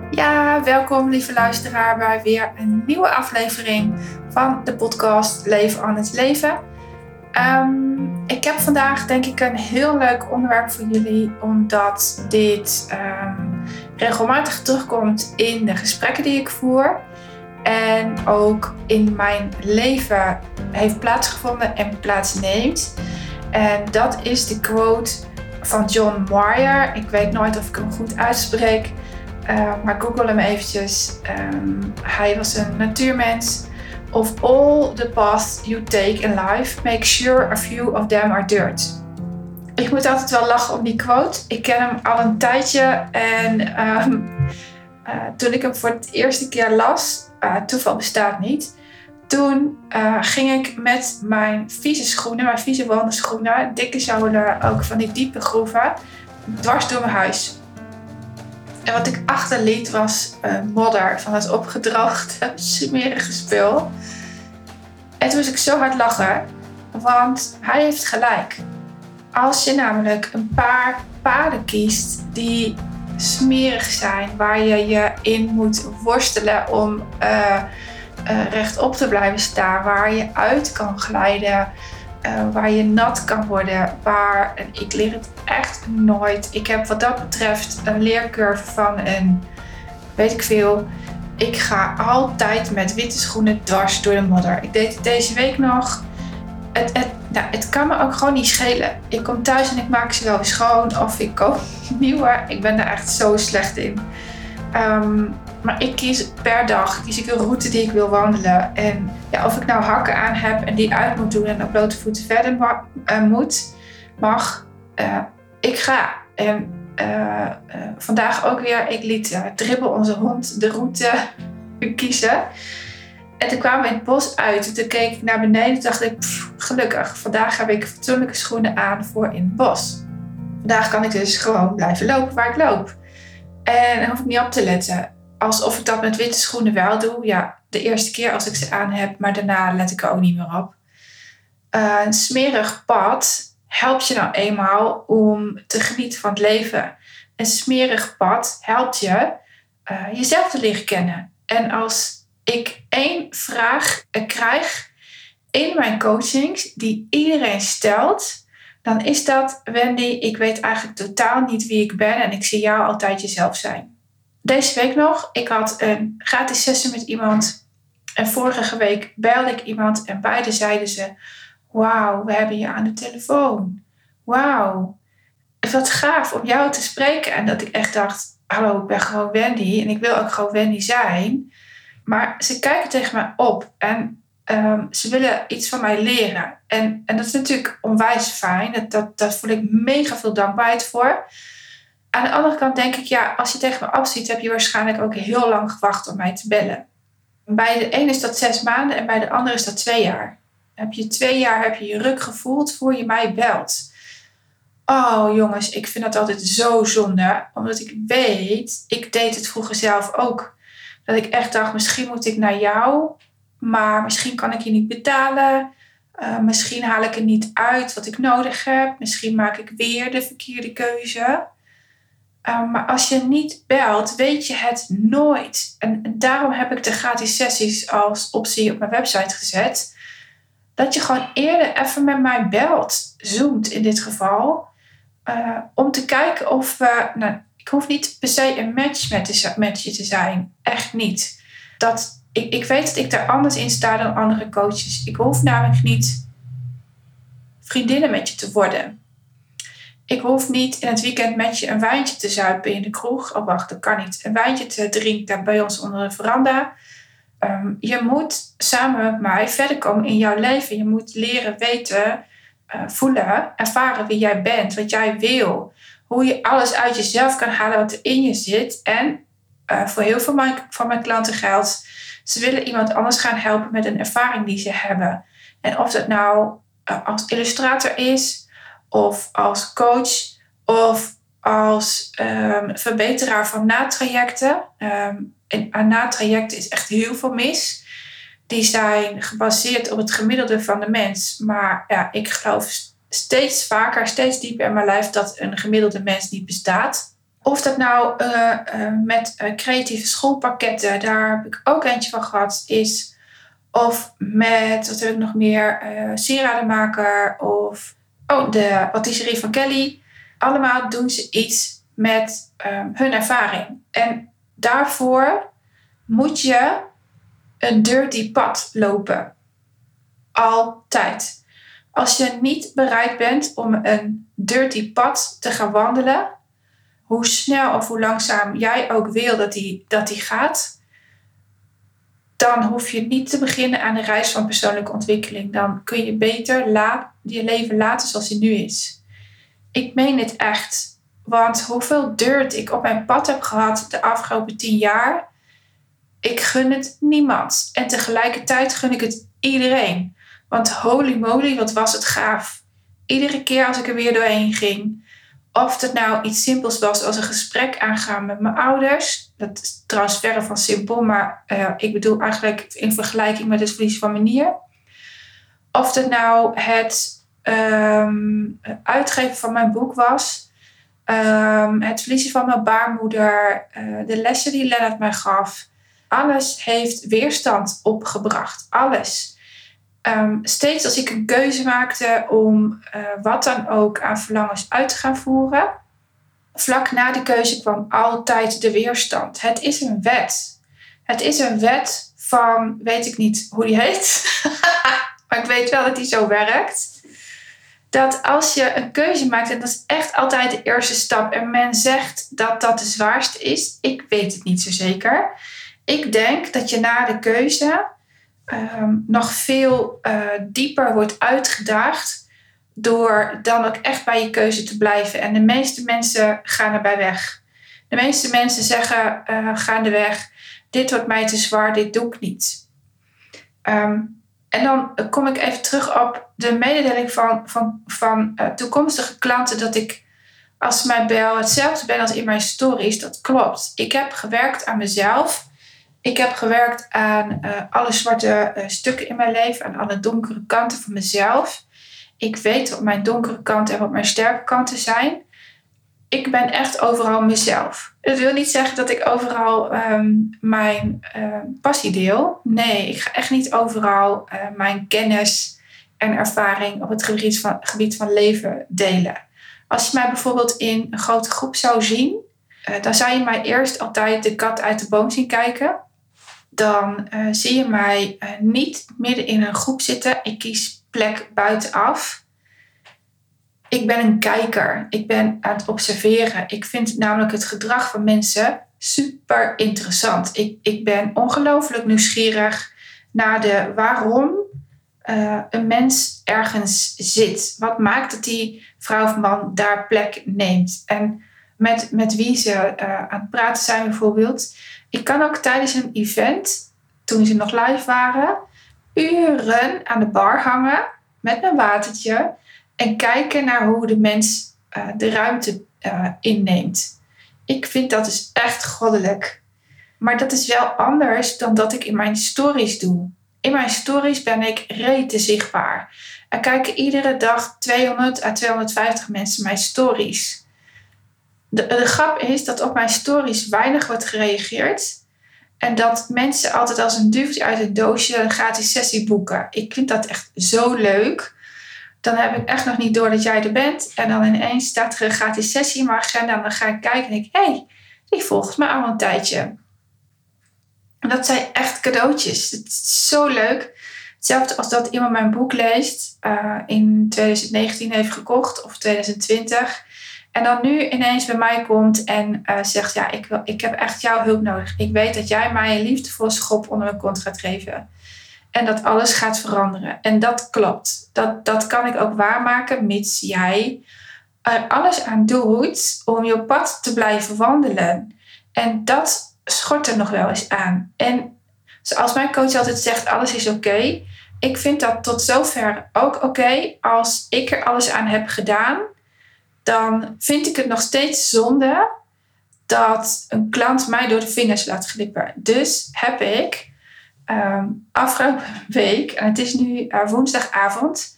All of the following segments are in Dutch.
Ja, welkom lieve luisteraar bij weer een nieuwe aflevering van de podcast Leven aan het Leven. Ik heb vandaag denk ik een heel leuk onderwerp voor jullie, omdat dit regelmatig terugkomt in de gesprekken die ik voer. En ook in mijn leven heeft plaatsgevonden en plaatsneemt. En dat is de quote van John Muir. Ik weet nooit of ik hem goed uitspreek. Maar google hem eventjes. Hij was een natuurmens. Of all the paths you take in life, make sure a few of them are dirt. Ik moet altijd wel lachen om die quote. Ik ken hem al een tijdje. En toen ik hem voor het eerste keer las, toeval bestaat niet. Toen ging ik met mijn vieze schoenen, mijn vieze wandelschoenen, dikke zolen, ook van die diepe groeven, dwars door mijn huis. En wat ik achterliet was modder van het opgedroogde, smerige spul. En toen moest ik zo hard lachen, want hij heeft gelijk. Als je namelijk een paar paden kiest die smerig zijn, waar je je in moet worstelen om rechtop te blijven staan, waar je uit kan glijden, waar je nat kan worden, en ik leer het echt nooit. Ik heb wat dat betreft een leercurve van een, weet ik veel. Ik ga altijd met witte schoenen dwars door de modder. Ik deed het deze week nog. Het kan me ook gewoon niet schelen. Ik kom thuis en ik maak ze wel weer schoon of ik koop nieuwe. Ik ben daar echt zo slecht in. Maar ik kies per dag een route die ik wil wandelen. En ja, of ik nou hakken aan heb en die uit moet doen en op blote voeten verder mag. Ik ga. En vandaag ook weer. Ik liet Dribbel, onze hond, de route kiezen. En toen kwamen we in het bos uit. En toen keek ik naar beneden en dacht ik, gelukkig. Vandaag heb ik fatsoenlijke schoenen aan voor in het bos. Vandaag kan ik dus gewoon blijven lopen waar ik loop. En dan hoef ik niet op te letten. Alsof ik dat met witte schoenen wel doe. Ja, de eerste keer als ik ze aan heb, maar daarna let ik er ook niet meer op. Een smerig pad helpt je nou eenmaal om te genieten van het leven. Een smerig pad helpt je jezelf te leren kennen. En als ik 1 vraag krijg in mijn coachings die iedereen stelt, dan is dat: Wendy, ik weet eigenlijk totaal niet wie ik ben en ik zie jou altijd jezelf zijn. Deze week nog, ik had een gratis sessie met iemand en vorige week belde ik iemand en beide zeiden ze: wauw, we hebben je aan de telefoon. Wauw, wat gaaf om jou te spreken. En dat ik echt dacht, hallo, ik ben gewoon Wendy en ik wil ook gewoon Wendy zijn. Maar ze kijken tegen mij op en ze willen iets van mij leren. En dat is natuurlijk onwijs fijn. Dat voel ik mega veel dankbaarheid voor. Aan de andere kant denk ik, ja, als je tegen me opziet, heb je waarschijnlijk ook heel lang gewacht om mij te bellen. Bij de een is dat 6 maanden en bij de ander is dat 2 jaar. Heb je 2 jaar je ruk gevoeld voor je mij belt. Oh jongens, ik vind dat altijd zo zonde. Omdat ik weet, ik deed het vroeger zelf ook. Dat ik echt dacht, misschien moet ik naar jou, maar misschien kan ik je niet betalen. Misschien haal ik er niet uit wat ik nodig heb. Misschien maak ik weer de verkeerde keuze. Maar als je niet belt, weet je het nooit. En daarom heb ik de gratis sessies als optie op mijn website gezet. Dat je gewoon eerder even met mij belt. Zoomt in dit geval. Om te kijken of we... ik hoef niet per se een match met je te zijn. Echt niet. Ik weet dat ik daar anders in sta dan andere coaches. Ik hoef namelijk niet vriendinnen met je te worden. Ik hoef niet in het weekend met je een wijntje te zuipen in de kroeg. Oh wacht, dat kan niet. Een wijntje te drinken bij ons onder de veranda. Je moet samen met mij verder komen in jouw leven. Je moet leren weten, voelen, ervaren wie jij bent. Wat jij wil. Hoe je alles uit jezelf kan halen wat er in je zit. En voor heel veel van mijn klanten geldt, ze willen iemand anders gaan helpen met een ervaring die ze hebben. En of dat nou als illustrator is, of als coach, of als verbeteraar van natrajecten. En aan natrajecten is echt heel veel mis. Die zijn gebaseerd op het gemiddelde van de mens. Maar ja, ik geloof steeds vaker, steeds dieper in mijn lijf dat een gemiddelde mens niet bestaat. Of dat nou met creatieve schoolpakketten, daar heb ik ook eentje van gehad, is. Of met, wat heb ik nog meer, sieradenmaker of de patisserie van Kelly. Allemaal doen ze iets met hun ervaring. En daarvoor moet je een dirty pad lopen. Altijd. Als je niet bereid bent om een dirty pad te gaan wandelen, hoe snel of hoe langzaam jij ook wil dat die gaat, dan hoef je niet te beginnen aan de reis van persoonlijke ontwikkeling. Dan kun je beter je leven laten zoals hij nu is. Ik meen het echt. Want hoeveel dirt ik op mijn pad heb gehad de afgelopen 10 jaar, ik gun het niemand. En tegelijkertijd gun ik het iedereen. Want holy moly, wat was het gaaf. Iedere keer als ik er weer doorheen ging. Of het nou iets simpels was als een gesprek aangaan met mijn ouders. Dat is trouwens verre van simpel, maar ik bedoel eigenlijk in vergelijking met het verlies van mijn nier. Of het nou het uitgeven van mijn boek was. Het verliezen van mijn baarmoeder. De lessen die Lennart mij gaf. Alles heeft weerstand opgebracht. Alles. Steeds als ik een keuze maakte om wat dan ook aan verlangens uit te gaan voeren, vlak na de keuze kwam altijd de weerstand. Het is een wet. Het is een wet van, weet ik niet hoe die heet, maar ik weet wel dat die zo werkt. Dat als je een keuze maakt, en dat is echt altijd de eerste stap, en men zegt dat dat de zwaarste is, ik weet het niet zo zeker. Ik denk dat je na de keuze nog veel dieper wordt uitgedaagd door dan ook echt bij je keuze te blijven. En de meeste mensen gaan erbij weg. De meeste mensen zeggen gaandeweg, dit wordt mij te zwaar, dit doe ik niet. En dan kom ik even terug op de mededeling van toekomstige klanten, dat ik als ze mij bel hetzelfde ben als in mijn stories. Dat klopt. Ik heb gewerkt aan mezelf. Ik heb gewerkt aan alle zwarte stukken in mijn leven, aan alle donkere kanten van mezelf. Ik weet wat mijn donkere kanten en wat mijn sterke kanten zijn. Ik ben echt overal mezelf. Dat wil niet zeggen dat ik overal mijn passie deel. Nee, ik ga echt niet overal mijn kennis en ervaring op het gebied van leven delen. Als je mij bijvoorbeeld in een grote groep zou zien, dan zou je mij eerst altijd de kat uit de boom zien kijken. Dan zie je mij niet midden in een groep zitten. Ik kies plek buitenaf. Ik ben een kijker. Ik ben aan het observeren. Ik vind namelijk het gedrag van mensen super interessant. Ik ben ongelooflijk nieuwsgierig naar de waarom een mens ergens zit. Wat maakt dat die vrouw of man daar plek neemt? En met wie ze aan het praten zijn bijvoorbeeld. Ik kan ook tijdens een event, toen ze nog live waren, uren aan de bar hangen met mijn watertje en kijken naar hoe de mens de ruimte inneemt. Ik vind dat dus echt goddelijk. Maar dat is wel anders dan dat ik in mijn stories doe. In mijn stories ben ik rete zichtbaar. Er kijken iedere dag 200 à 250 mensen mijn stories. De grap is dat op mijn stories weinig wordt gereageerd. En dat mensen altijd als een duwtje uit een doosje een gratis sessie boeken. Ik vind dat echt zo leuk. Dan heb ik echt nog niet door dat jij er bent. En dan ineens staat er een gratis sessie in mijn agenda. En dan ga ik kijken en denk ik, hé, die volgt me al een tijdje. En dat zijn echt cadeautjes. Het is zo leuk. Hetzelfde als dat iemand mijn boek leest. In 2019 heeft gekocht. Of 2020. En dan nu ineens bij mij komt en zegt, ja, ik heb echt jouw hulp nodig. Ik weet dat jij mij een liefdevolle schop onder mijn kont gaat geven. En dat alles gaat veranderen. En dat klopt. Dat kan ik ook waarmaken, mits jij er alles aan doet om je pad te blijven wandelen. En dat schort er nog wel eens aan. En zoals mijn coach altijd zegt, alles is oké. Ik vind dat tot zover ook oké. Als ik er alles aan heb gedaan, dan vind ik het nog steeds zonde dat een klant mij door de vingers laat glippen. Dus heb ik afgelopen week, en het is nu woensdagavond,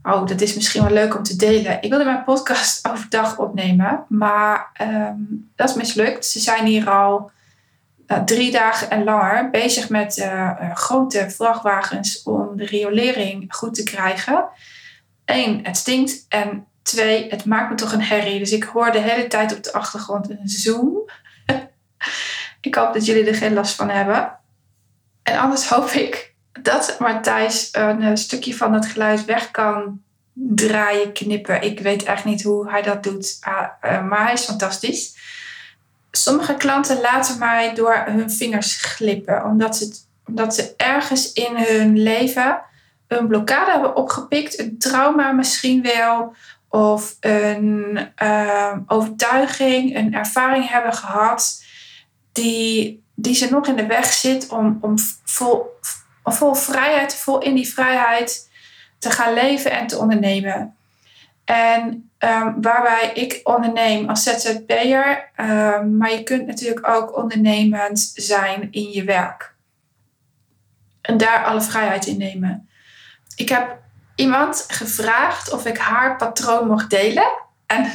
Oh, dat is misschien wel leuk om te delen. Ik wilde mijn podcast overdag opnemen, maar dat is mislukt. Ze zijn hier al 3 dagen en langer bezig met grote vrachtwagens om de riolering goed te krijgen. 1, het stinkt. En 2, het maakt me toch een herrie. Dus ik hoor de hele tijd op de achtergrond een zoom. Ik hoop dat jullie er geen last van hebben. En anders hoop ik dat Matthijs een stukje van dat geluid weg kan draaien, knippen. Ik weet echt niet hoe hij dat doet. Maar hij is fantastisch. Sommige klanten laten mij door hun vingers glippen. Omdat ze ergens in hun leven een blokkade hebben opgepikt. Een trauma misschien wel. Of een overtuiging, een ervaring hebben gehad. Die ze nog in de weg zit om vol vrijheid, vol in die vrijheid te gaan leven en te ondernemen. En waarbij ik onderneem als ZZP'er, maar je kunt natuurlijk ook ondernemend zijn in je werk. En daar alle vrijheid in nemen. Ik heb iemand gevraagd of ik haar patroon mocht delen. En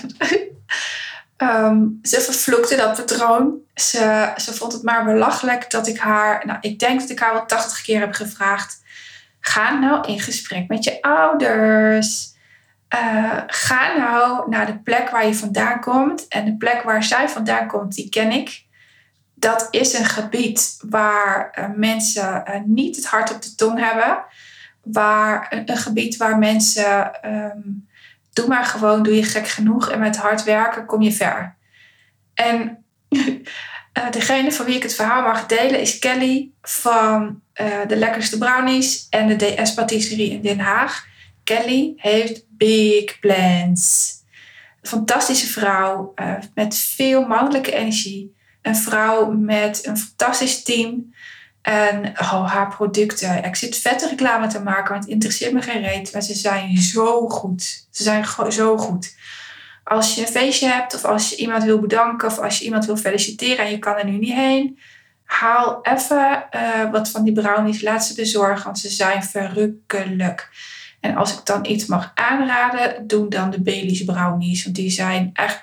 ze vervloekte dat patroon. Ze vond het maar belachelijk dat ik haar... Nou, ik denk dat ik haar wel 80 keer heb gevraagd. Ga nou in gesprek met je ouders. Ga nou naar de plek waar je vandaan komt. En de plek waar zij vandaan komt, die ken ik. Dat is een gebied waar mensen niet het hart op de tong hebben. Een gebied waar mensen... doe maar gewoon, doe je gek genoeg. En met hard werken kom je ver. En degene van wie ik het verhaal mag delen is Kelly van de Lekkerste Brownies en de DS Patisserie in Den Haag. Kelly heeft big plans. Een fantastische vrouw met veel mannelijke energie. Een vrouw met een fantastisch team. En haar producten. Ik zit vette reclame te maken, want het interesseert me geen reet. Maar ze zijn zo goed. Ze zijn zo goed. Als je een feestje hebt of als je iemand wil bedanken of als je iemand wil feliciteren en je kan er nu niet heen, haal even wat van die brownies, laat ze bezorgen, want ze zijn verrukkelijk. En als ik dan iets mag aanraden, doe dan de Baileys brownies, want die zijn echt...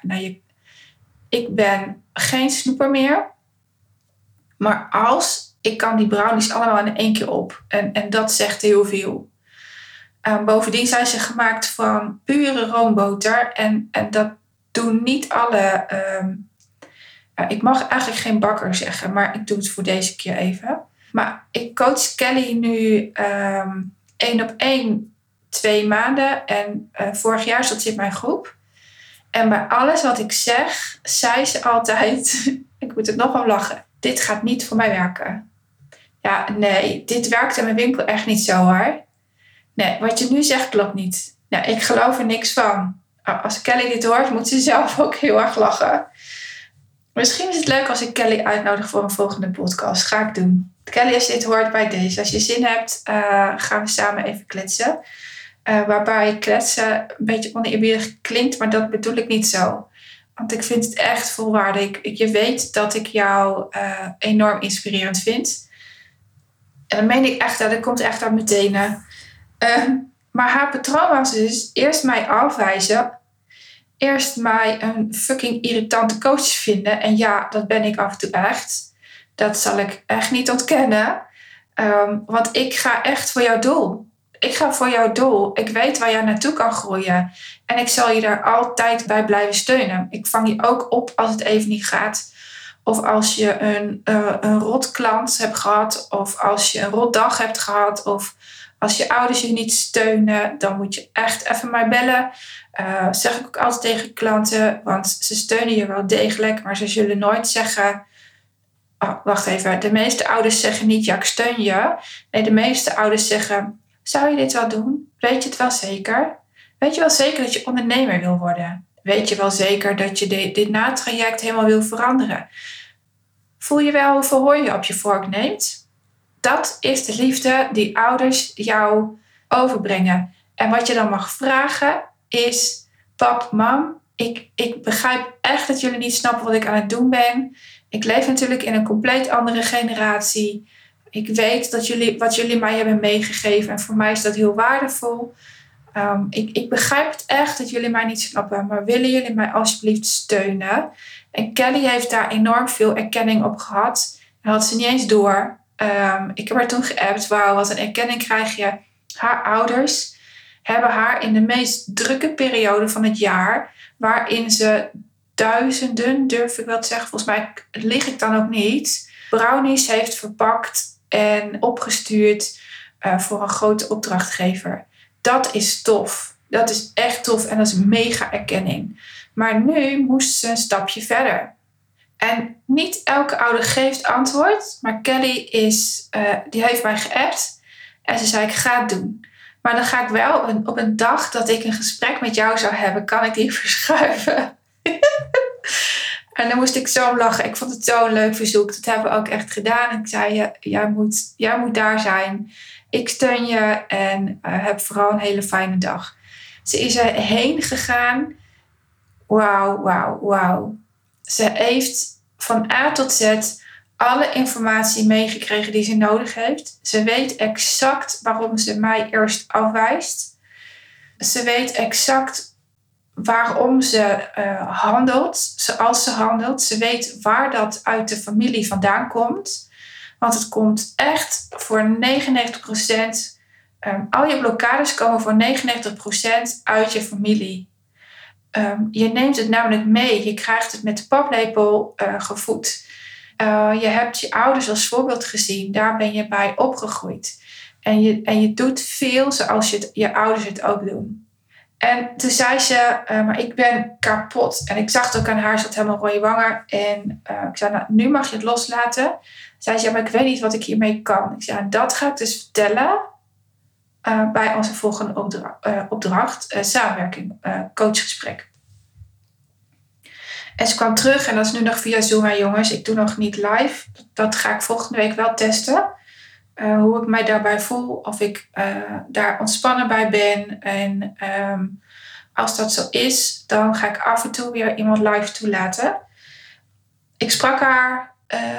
Ik ben geen snoeper meer, maar ik kan die brownies allemaal in 1 keer op. En dat zegt heel veel. Bovendien zijn ze gemaakt van pure roomboter. En dat doen niet alle... ik mag eigenlijk geen bakker zeggen, maar ik doe het voor deze keer even. Maar ik coach Kelly nu 1-op-1 2 maanden. En vorig jaar zat ze in mijn groep. En bij alles wat ik zeg, zei ze altijd... ik moet er nog om lachen. Dit gaat niet voor mij werken. Ja, nee, dit werkt in mijn winkel echt niet zo hoor. Nee, wat je nu zegt klopt niet. Nou, ik geloof er niks van. Als Kelly dit hoort, moet ze zelf ook heel erg lachen. Misschien is het leuk als ik Kelly uitnodig voor een volgende podcast. Ga ik doen. Kelly, als je dit hoort bij deze. Als je zin hebt, gaan we samen even kletsen. Waarbij kletsen een beetje oneerbiedig klinkt, maar dat bedoel ik niet zo. Want ik vind het echt volwaardig. Je weet dat ik jou enorm inspirerend vind. En dan meen ik echt, dat komt echt uit mijn tenen. Maar haar patroon was dus eerst mij afwijzen. Eerst mij een fucking irritante coach vinden. En ja, dat ben ik af en toe echt. Dat zal ik echt niet ontkennen. Want ik ga echt voor jouw doel. Ik ga voor jouw doel. Ik weet waar jij naartoe kan groeien. En ik zal je daar altijd bij blijven steunen. Ik vang je ook op als het even niet gaat. Of als je een rot klant hebt gehad. Of als je een rot dag hebt gehad. Of als je ouders je niet steunen. Dan moet je echt even mij bellen. Zeg ik ook altijd tegen klanten. Want ze steunen je wel degelijk. Maar ze zullen nooit zeggen... Oh, wacht even. De meeste ouders zeggen niet... Ja, ik steun je. Nee, de meeste ouders zeggen... Zou je dit wel doen? Weet je het wel zeker? Weet je wel zeker dat je ondernemer wil worden? Weet je wel zeker dat je dit natraject helemaal wil veranderen? Voel je wel hoeveel hooi je op je vork neemt? Dat is de liefde die ouders jou overbrengen. En wat je dan mag vragen is... Pap, mam, ik begrijp echt dat jullie niet snappen wat ik aan het doen ben. Ik leef natuurlijk in een compleet andere generatie. Ik weet dat wat jullie mij hebben meegegeven. En voor mij is dat heel waardevol. Ik begrijp het echt dat jullie mij niet snappen, maar willen jullie mij alsjeblieft steunen? En Kelly heeft daar enorm veel erkenning op gehad. Dat had ze niet eens door. Ik heb haar toen geappt, wauw, wat een erkenning krijg je. Haar ouders hebben haar in de meest drukke periode van het jaar, waarin ze duizenden, durf ik wel te zeggen, volgens mij lig ik dan ook niet, brownies heeft verpakt en opgestuurd voor een grote opdrachtgever. Dat is tof. Dat is echt tof en dat is mega erkenning. Maar nu moest ze een stapje verder. En niet elke ouder geeft antwoord, maar Kelly die heeft mij geappt en ze zei ik ga het doen. Maar dan ga ik wel op een dag dat ik een gesprek met jou zou hebben, kan ik die verschuiven. En dan moest ik zo lachen. Ik vond het zo'n leuk verzoek. Dat hebben we ook echt gedaan. Ik zei, jij moet daar zijn. Ik steun je en heb vooral een hele fijne dag. Ze is er heen gegaan. Wauw. Ze heeft van A tot Z alle informatie meegekregen die ze nodig heeft. Ze weet exact waarom ze mij eerst afwijst. Ze weet exact waarom ze handelt zoals ze handelt. Ze weet waar dat uit de familie vandaan komt. Want het komt echt voor 99%. Al je blokkades komen voor 99% uit je familie. Je neemt het namelijk mee. Je krijgt het met de paplepel gevoed. Je hebt je ouders als voorbeeld gezien. Daar ben je bij opgegroeid. En je doet veel zoals je ouders het ook doen. En toen zei ze, maar ik ben kapot. En ik zag het ook aan haar, ze had helemaal rode wangen. En ik zei, nou, nu mag je het loslaten. Zei ze, ja, maar ik weet niet wat ik hiermee kan. Ik zei, dat ga ik dus vertellen bij onze volgende opdracht. Samenwerking, coachgesprek. En ze kwam terug en dat is nu nog via Zoom, hè, jongens. Ik doe nog niet live. Dat ga ik volgende week wel testen. Hoe ik mij daarbij voel. Of ik daar ontspannen bij ben. En als dat zo is, dan ga ik af en toe weer iemand live toelaten. Ik sprak haar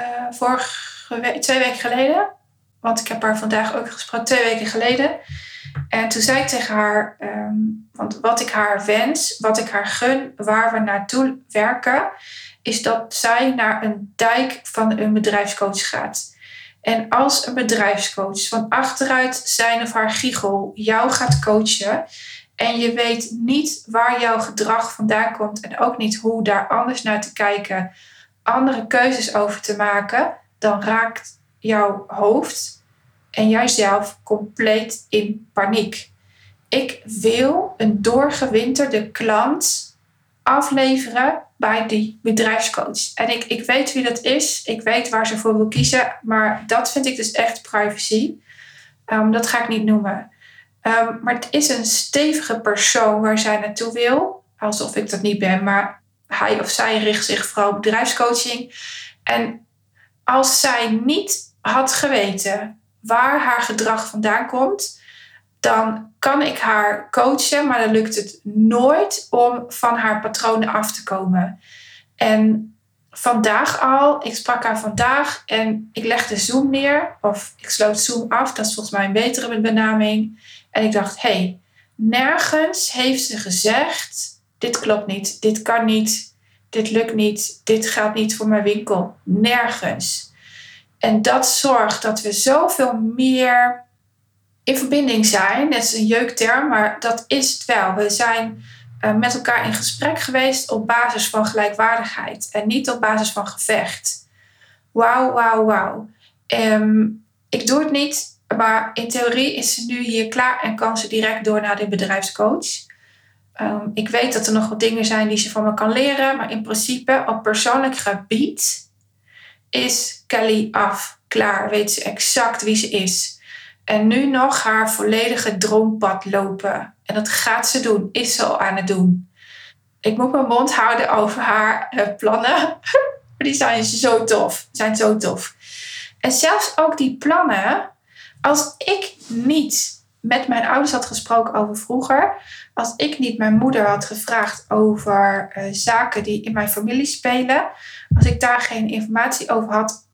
2 weken geleden. Want ik heb haar vandaag ook gesproken 2 weken geleden. En toen zei ik tegen haar, want wat ik haar wens, wat ik haar gun, waar we naartoe werken, is dat zij naar een dijk van een bedrijfscoach gaat. En als een bedrijfscoach van achteruit zijn of haar giegel jou gaat coachen en je weet niet waar jouw gedrag vandaan komt en ook niet hoe daar anders naar te kijken, andere keuzes over te maken, dan raakt jouw hoofd en jijzelf compleet in paniek. Ik wil een doorgewinterde klant afleveren bij die bedrijfscoach. En ik weet wie dat is. Ik weet waar ze voor wil kiezen. Maar dat vind ik dus echt privacy. Dat ga ik niet noemen. Maar het is een stevige persoon waar zij naartoe wil. Alsof ik dat niet ben. Maar hij of zij richt zich vooral op bedrijfscoaching. En als zij niet had geweten waar haar gedrag vandaan komt, dan kan ik haar coachen, maar dan lukt het nooit om van haar patronen af te komen. En vandaag al, ik sprak haar vandaag en ik legde Zoom neer, of ik sloot Zoom af, dat is volgens mij een betere benaming. En ik dacht, nergens heeft ze gezegd, dit klopt niet, dit kan niet, dit lukt niet, dit gaat niet voor mijn winkel. Nergens. En dat zorgt dat we zoveel meer in verbinding zijn. Dat is een jeukterm, maar dat is het wel. We zijn met elkaar in gesprek geweest op basis van gelijkwaardigheid. En niet op basis van gevecht. Wauw. Ik doe het niet, maar in theorie is ze nu hier klaar en kan ze direct door naar de bedrijfscoach. Ik weet dat er nog wat dingen zijn die ze van me kan leren. Maar in principe op persoonlijk gebied is Kelly af, klaar, weet ze exact wie ze is. En nu nog haar volledige droompad lopen. En dat gaat ze doen, is ze al aan het doen. Ik moet mijn mond houden over haar plannen. Die zijn zo tof. En zelfs ook die plannen, als ik niet met mijn ouders had gesproken over vroeger, als ik niet mijn moeder had gevraagd over zaken die in mijn familie spelen, als ik daar geen informatie over had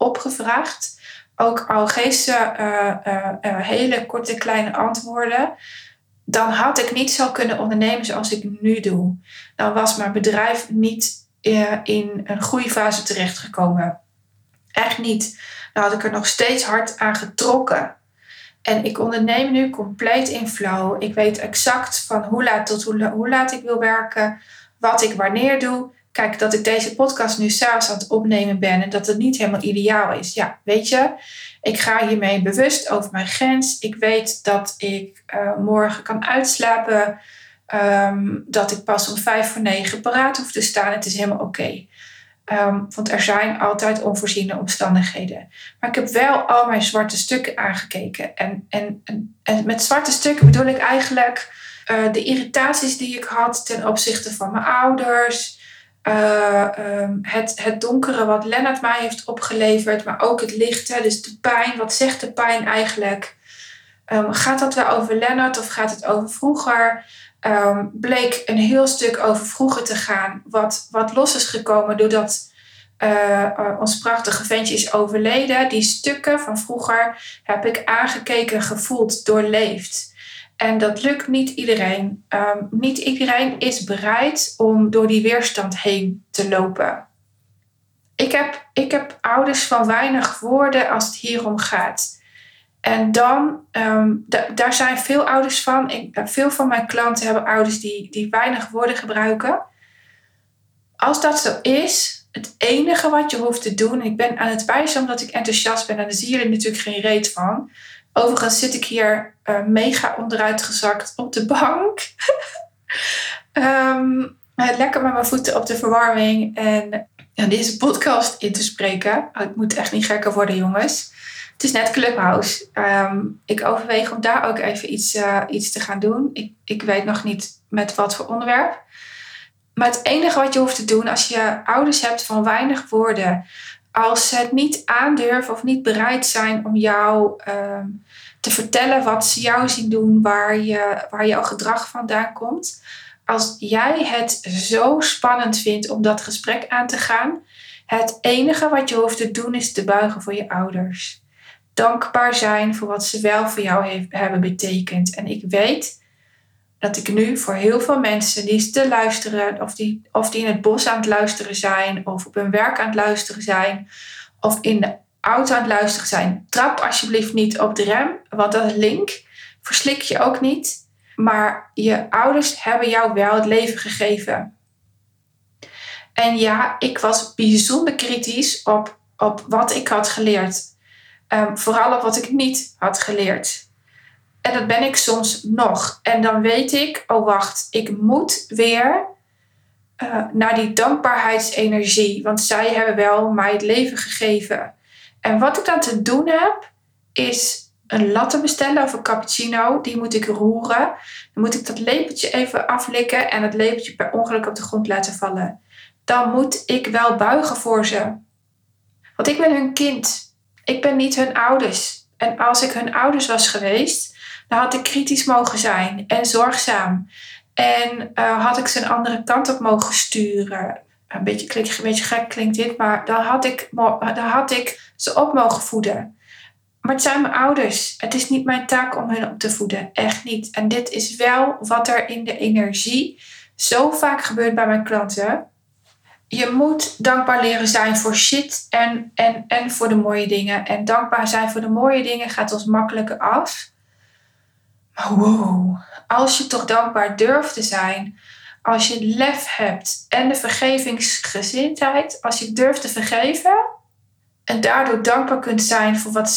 opgevraagd, ook al geeft ze hele korte kleine antwoorden, dan had ik niet zo kunnen ondernemen zoals ik nu doe. Dan was mijn bedrijf niet in een groeifase terechtgekomen. Echt niet. Dan had ik er nog steeds hard aan getrokken. En ik onderneem nu compleet in flow. Ik weet exact van hoe laat tot hoe laat ik wil werken. Wat ik wanneer doe. Kijk, dat ik deze podcast nu 's avonds aan het opnemen ben. En dat het niet helemaal ideaal is. Ja, weet je. Ik ga hiermee bewust over mijn grens. Ik weet dat ik morgen kan uitslapen. Dat ik pas om 8:55 paraat hoef te staan. Het is helemaal oké. Want er zijn altijd onvoorziene omstandigheden. Maar ik heb wel al mijn zwarte stukken aangekeken. En met zwarte stukken bedoel ik eigenlijk de irritaties die ik had ten opzichte van mijn ouders. Het donkere wat Lennart mij heeft opgeleverd. Maar ook het lichte, dus de pijn. Wat zegt de pijn eigenlijk? Gaat dat wel over Lennart of gaat het over vroeger? Bleek een heel stuk over vroeger te gaan. Wat los is gekomen doordat ons prachtige ventje is overleden. Die stukken van vroeger heb ik aangekeken, gevoeld, doorleefd. En dat lukt niet iedereen. Niet iedereen is bereid om door die weerstand heen te lopen. Ik heb ouders van weinig woorden als het hierom gaat. En dan, daar zijn veel ouders van. Veel van mijn klanten hebben ouders die weinig woorden gebruiken. Als dat zo is, het enige wat je hoeft te doen... Ik ben aan het wijzen omdat ik enthousiast ben en daar zien jullie natuurlijk geen reet van. Overigens zit ik hier mega onderuitgezakt op de bank. Lekker met mijn voeten op de verwarming en deze podcast in te spreken. Ik moet echt niet gekker worden, jongens. Het is net Clubhouse. Ik overweeg om daar ook even iets te gaan doen. Ik weet nog niet met wat voor onderwerp. Maar het enige wat je hoeft te doen als je ouders hebt van weinig woorden... als ze het niet aandurven of niet bereid zijn om jou te vertellen wat ze jou zien doen... waar jouw gedrag vandaan komt... Als jij het zo spannend vindt om dat gesprek aan te gaan... het enige wat je hoeft te doen is te buigen voor je ouders. Dankbaar zijn voor wat ze wel voor jou hebben betekend. En ik weet dat ik nu voor heel veel mensen die te luisteren... of die in het bos aan het luisteren zijn... of op hun werk aan het luisteren zijn... of in de auto aan het luisteren zijn... trap alsjeblieft niet op de rem, want dat is link. Verslik je ook niet... Maar je ouders hebben jou wel het leven gegeven. En ja, ik was bijzonder kritisch op wat ik had geleerd. Vooral op wat ik niet had geleerd. En dat ben ik soms nog. En dan weet ik, oh wacht, ik moet weer naar die dankbaarheidsenergie. Want zij hebben wel mij het leven gegeven. En wat ik dan te doen heb, is... een latte bestellen of een cappuccino. Die moet ik roeren. Dan moet ik dat lepeltje even aflikken. En het lepeltje per ongeluk op de grond laten vallen. Dan moet ik wel buigen voor ze. Want ik ben hun kind. Ik ben niet hun ouders. En als ik hun ouders was geweest... dan had ik kritisch mogen zijn. En zorgzaam. En had ik ze een andere kant op mogen sturen. Een beetje gek klinkt dit. Maar dan had ik ze op mogen voeden. Maar het zijn mijn ouders. Het is niet mijn taak om hen op te voeden. Echt niet. En dit is wel wat er in de energie zo vaak gebeurt bij mijn klanten. Je moet dankbaar leren zijn voor shit en voor de mooie dingen. En dankbaar zijn voor de mooie dingen gaat ons makkelijker af. Maar wow, als je toch dankbaar durft te zijn... als je het lef hebt en de vergevingsgezindheid... als je durft te vergeven... en daardoor dankbaar kunt zijn voor wat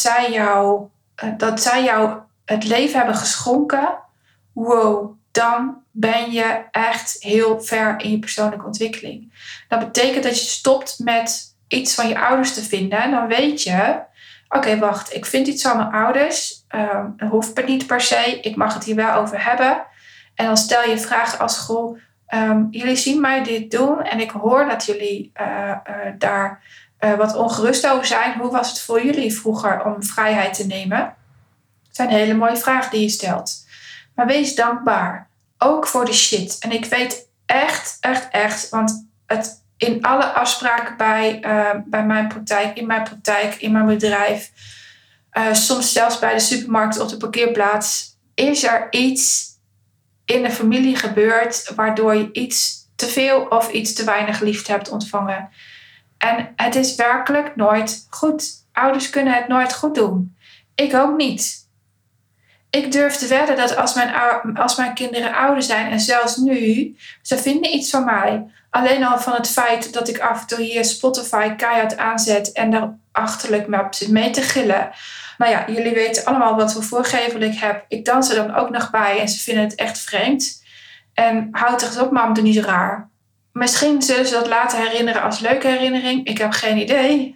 dat zij jou het leven hebben geschonken. Wow, dan ben je echt heel ver in je persoonlijke ontwikkeling. Dat betekent dat je stopt met iets van je ouders te vinden. En dan weet je, oké, wacht, ik vind iets van mijn ouders. Dat hoeft het niet per se. Ik mag het hier wel over hebben. En dan stel je vragen als, goh, jullie zien mij dit doen. En ik hoor dat jullie daar... wat ongerust over zijn. Hoe was het voor jullie vroeger om vrijheid te nemen? Het zijn hele mooie vragen die je stelt. Maar wees dankbaar. Ook voor de shit. En ik weet echt. Want het in alle afspraken bij mijn praktijk, in mijn bedrijf. Soms zelfs bij de supermarkt op de parkeerplaats. Is er iets in de familie gebeurt waardoor je iets te veel of iets te weinig liefde hebt ontvangen. En het is werkelijk nooit goed. Ouders kunnen het nooit goed doen. Ik ook niet. Ik durf te wedden dat als mijn kinderen ouder zijn en zelfs nu, ze vinden iets van mij. Alleen al van het feit dat ik af en toe hier Spotify keihard aanzet en daar achterlijk zit mee te gillen. Nou ja, jullie weten allemaal wat voor voorgevel ik heb. Ik dans er dan ook nog bij en ze vinden het echt vreemd. En houd er eens op, mam, doe niet zo raar. Misschien zullen ze dat later herinneren als leuke herinnering. Ik heb geen idee.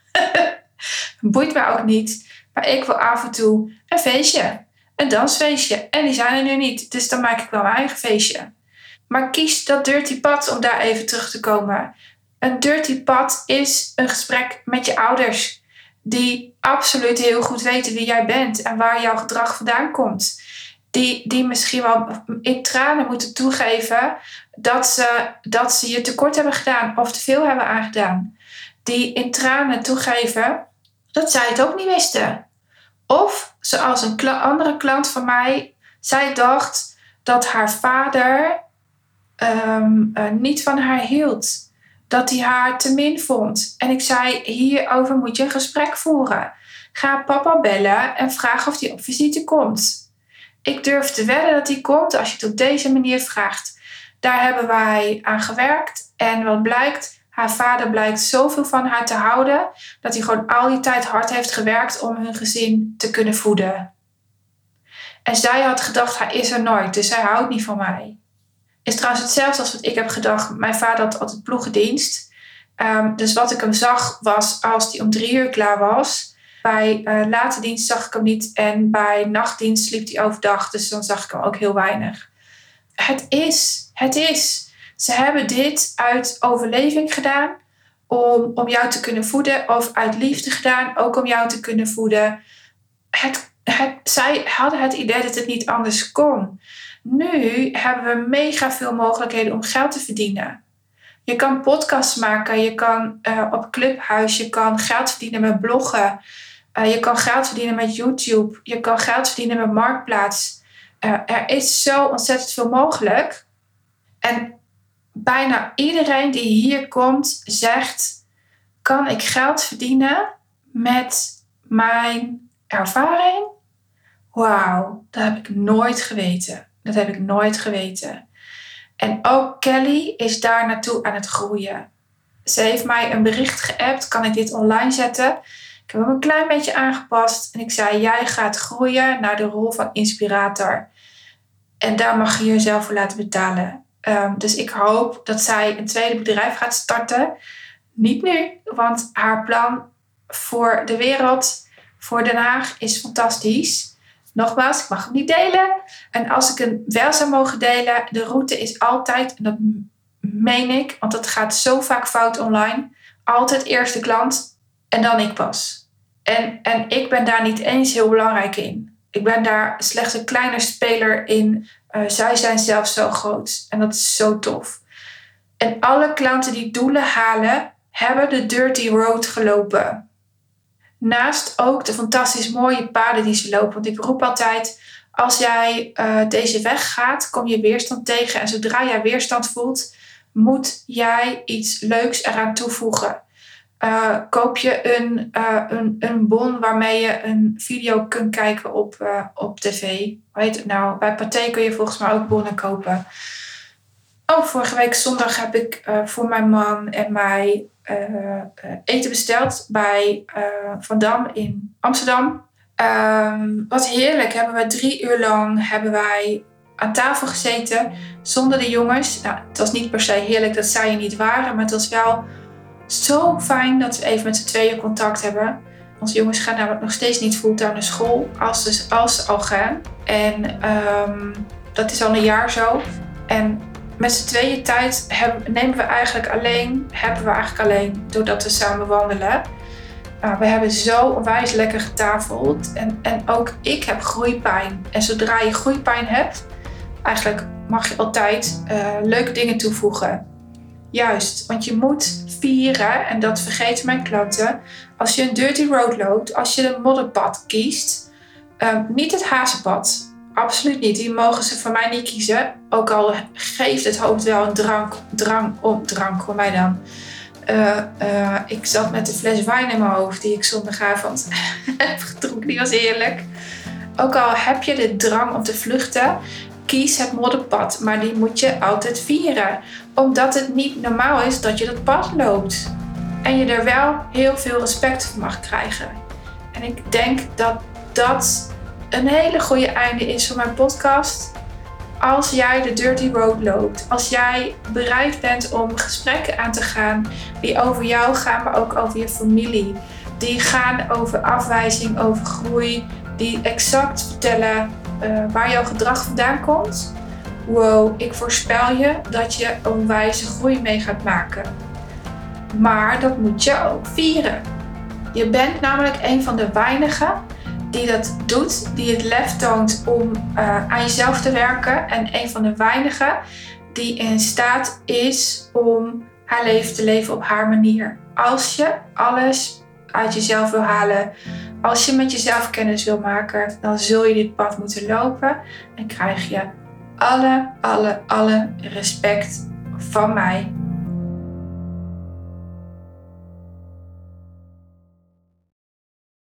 Boeit mij ook niet. Maar ik wil af en toe een feestje. Een dansfeestje. En die zijn er nu niet. Dus dan maak ik wel mijn eigen feestje. Maar kies dat dirty pad om daar even terug te komen. Een dirty pad is een gesprek met je ouders. Die absoluut heel goed weten wie jij bent. En waar jouw gedrag vandaan komt. Die misschien wel in tranen moeten toegeven dat ze je tekort hebben gedaan. Of te veel hebben aangedaan. Die in tranen toegeven dat zij het ook niet wisten. Of zoals een andere klant van mij. Zij dacht dat haar vader niet van haar hield. Dat hij haar te min vond. En ik zei, hierover moet je een gesprek voeren. Ga papa bellen en vraag of hij op visite komt. Ik durf te wedden dat hij komt als je het op deze manier vraagt. Daar hebben wij aan gewerkt. En wat blijkt? Haar vader blijkt zoveel van haar te houden, dat hij gewoon al die tijd hard heeft gewerkt om hun gezin te kunnen voeden. En zij had gedacht, hij is er nooit, dus hij houdt niet van mij. Is trouwens hetzelfde als wat ik heb gedacht. Mijn vader had altijd ploegendienst. Dus wat ik hem zag was als hij om 3 uur klaar was. Bij late dienst zag ik hem niet. En bij nachtdienst sliep hij overdag. Dus dan zag ik hem ook heel weinig. Het is. Ze hebben dit uit overleving gedaan. Om jou te kunnen voeden. Of uit liefde gedaan. Ook om jou te kunnen voeden. Zij hadden het idee dat het niet anders kon. Nu hebben we mega veel mogelijkheden om geld te verdienen. Je kan podcasts maken. Je kan op Clubhouse. Je kan geld verdienen met bloggen. Je kan geld verdienen met YouTube. Je kan geld verdienen met Marktplaats. Er is zo ontzettend veel mogelijk. En bijna iedereen die hier komt zegt, kan ik geld verdienen met mijn ervaring? Wauw, dat heb ik nooit geweten. En ook Kelly is daar naartoe aan het groeien. Ze heeft mij een bericht geappt, kan ik dit online zetten? Ik heb hem een klein beetje aangepast en ik zei, jij gaat groeien naar de rol van inspirator. En daar mag je jezelf voor laten betalen. Dus ik hoop dat zij een tweede bedrijf gaat starten. Niet nu, want haar plan voor de wereld, voor Den Haag, is fantastisch. Nogmaals, ik mag hem niet delen. En als ik hem wel zou mogen delen, de route is altijd, en dat meen ik, want dat gaat zo vaak fout online, altijd eerst de klant en dan ik pas. En ik ben daar niet eens heel belangrijk in. Ik ben daar slechts een kleine speler in. Zij zijn zelf zo groot. En dat is zo tof. En alle klanten die doelen halen, hebben de dirty road gelopen. Naast ook de fantastisch mooie paden die ze lopen. Want ik roep altijd, als jij deze weg gaat, kom je weerstand tegen. En zodra jij weerstand voelt, moet jij iets leuks eraan toevoegen. Koop je een bon waarmee je een video kunt kijken op tv. Hoe heet het nou? Bij Pathé kun je volgens mij ook bonnen kopen. Vorige week zondag heb ik voor mijn man en mij eten besteld bij Van Dam in Amsterdam. Wat heerlijk. Hebben we 3 uur lang aan tafel gezeten zonder de jongens. Nou, het was niet per se heerlijk dat zij er niet waren, maar het was wel zo fijn dat we even met z'n tweeën contact hebben. Onze jongens gaan namelijk nog steeds niet fulltime naar school, als ze al gaan. En dat is al een jaar zo. En met z'n tweeën tijd hebben we eigenlijk alleen doordat we samen wandelen. We hebben zo onwijs lekker getafeld. En ook ik heb groeipijn. En zodra je groeipijn hebt, eigenlijk mag je altijd leuke dingen toevoegen. Juist, want je moet vieren, en dat vergeten mijn klanten, als je een dirty road loopt, als je een modderpad kiest, niet het hazenpad. absoluut niet. Die mogen ze van mij niet kiezen. Ook al geeft het hoofd wel een drank voor mij dan. Ik zat met een fles wijn in mijn hoofd die ik zondagavond heb gedronken. Die was heerlijk. Ook al heb je de drang om te vluchten, kies het modderpad. Maar die moet je altijd vieren. Omdat het niet normaal is dat je dat pad loopt. En je er wel heel veel respect voor mag krijgen. En ik denk dat dat een hele goede einde is voor mijn podcast. Als jij de dirty road loopt, als jij bereid bent om gesprekken aan te gaan die over jou gaan, maar ook over je familie. Die gaan over afwijzing, over groei, die exact vertellen waar jouw gedrag vandaan komt. Wow, ik voorspel je dat je een wijze groei mee gaat maken. Maar dat moet je ook vieren. Je bent namelijk een van de weinigen die dat doet, die het lef toont om aan jezelf te werken. En een van de weinigen die in staat is om haar leven te leven op haar manier. Als je alles uit jezelf wil halen, als je met jezelf kennis wil maken, dan zul je dit pad moeten lopen. En krijg je alle respect van mij